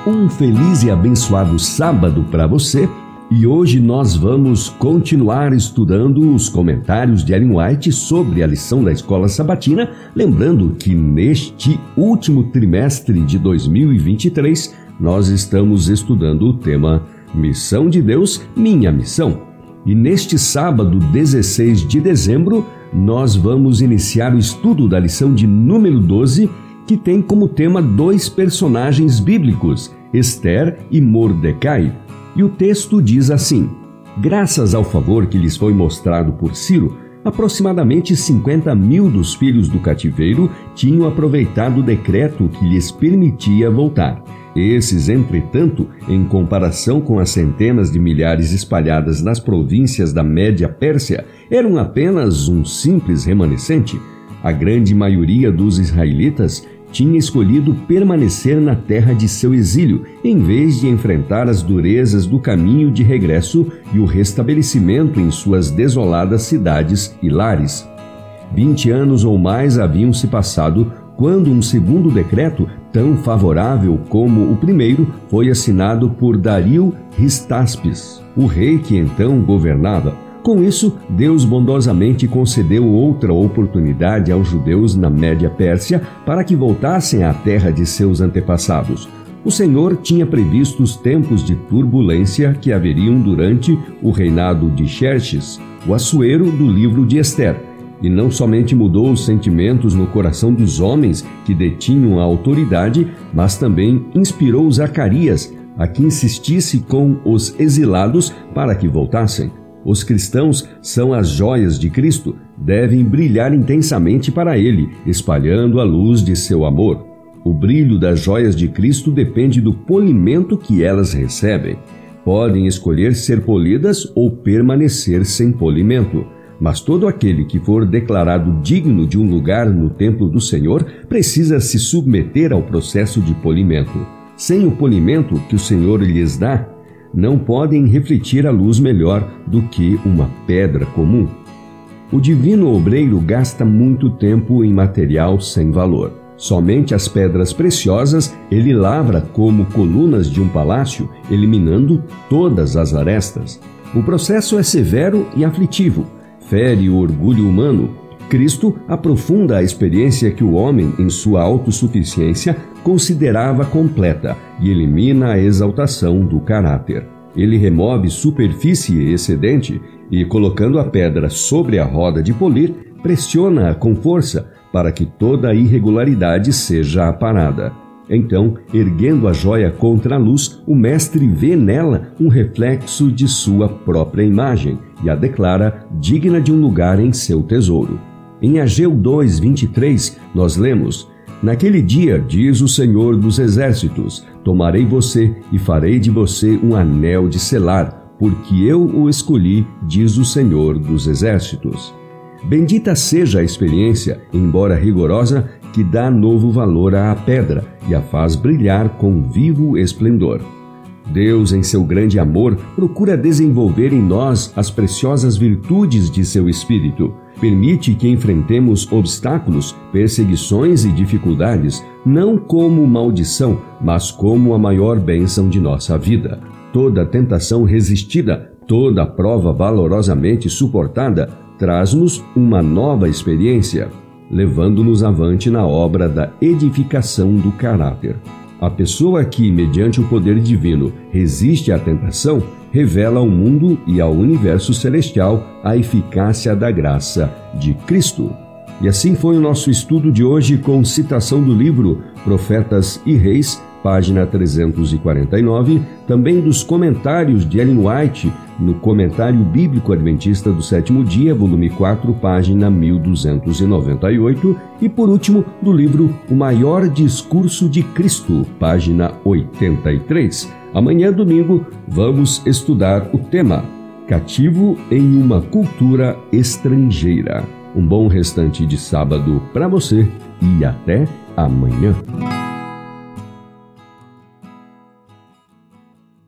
Um feliz e abençoado sábado para você. E hoje nós vamos continuar estudando os comentários de Ellen White sobre a lição da Escola Sabatina, lembrando que neste último trimestre de 2023 nós estamos estudando o tema Missão de Deus, Minha Missão. E neste sábado, 16 de dezembro, nós vamos iniciar o estudo da lição de número 12, que tem como tema dois personagens bíblicos, Esther e Mordecai. E o texto diz assim: graças ao favor que lhes foi mostrado por Ciro, aproximadamente 50.000 dos filhos do cativeiro tinham aproveitado o decreto que lhes permitia voltar. Esses, entretanto, em comparação com as centenas de milhares espalhadas nas províncias da Média Pérsia, eram apenas um simples remanescente. A grande maioria dos israelitas tinha escolhido permanecer na terra de seu exílio, em vez de enfrentar as durezas do caminho de regresso e o restabelecimento em suas desoladas cidades e lares. 20 anos ou mais haviam se passado quando um segundo decreto, tão favorável como o primeiro, foi assinado por Dario Histaspes, o rei que então governava. Com isso, Deus bondosamente concedeu outra oportunidade aos judeus na Média Pérsia para que voltassem à terra de seus antepassados. O Senhor tinha previsto os tempos de turbulência que haveriam durante o reinado de Xerxes, o Assuero do livro de Esther, e não somente mudou os sentimentos no coração dos homens que detinham a autoridade, mas também inspirou Zacarias a que insistisse com os exilados para que voltassem. Os cristãos são as joias de Cristo, devem brilhar intensamente para Ele, espalhando a luz de seu amor. O brilho das joias de Cristo depende do polimento que elas recebem. Podem escolher ser polidas ou permanecer sem polimento. Mas todo aquele que for declarado digno de um lugar no templo do Senhor precisa se submeter ao processo de polimento. Sem o polimento que o Senhor lhes dá, não podem refletir a luz melhor do que uma pedra comum. O divino obreiro gasta muito tempo em material sem valor. Somente as pedras preciosas ele lavra como colunas de um palácio, eliminando todas as arestas. O processo é severo e aflitivo, fere o orgulho humano. Cristo aprofunda a experiência que o homem, em sua autossuficiência, considerava completa e elimina a exaltação do caráter. Ele remove superfície excedente e, colocando a pedra sobre a roda de polir, pressiona-a com força para que toda a irregularidade seja aparada. Então, erguendo a joia contra a luz, o mestre vê nela um reflexo de sua própria imagem e a declara digna de um lugar em seu tesouro. Em Ageu 2:23, nós lemos: naquele dia, diz o Senhor dos Exércitos, tomarei você e farei de você um anel de selar, porque eu o escolhi, diz o Senhor dos Exércitos. Bendita seja a experiência, embora rigorosa, que dá novo valor à pedra e a faz brilhar com vivo esplendor. Deus, em seu grande amor, procura desenvolver em nós as preciosas virtudes de seu Espírito. Permite que enfrentemos obstáculos, perseguições e dificuldades, não como maldição, mas como a maior bênção de nossa vida. Toda tentação resistida, toda prova valorosamente suportada, traz-nos uma nova experiência, levando-nos avante na obra da edificação do caráter. A pessoa que, mediante o poder divino, resiste à tentação, revela ao mundo e ao universo celestial a eficácia da graça de Cristo. E assim foi o nosso estudo de hoje com citação do livro Profetas e Reis, página 349, também dos comentários de Ellen White no Comentário Bíblico Adventista do Sétimo Dia, volume 4, página 1298, e por último do livro O Maior Discurso de Cristo, página 83. Amanhã, domingo, vamos estudar o tema Cativo em uma cultura estrangeira. Um bom restante de sábado para você e até amanhã.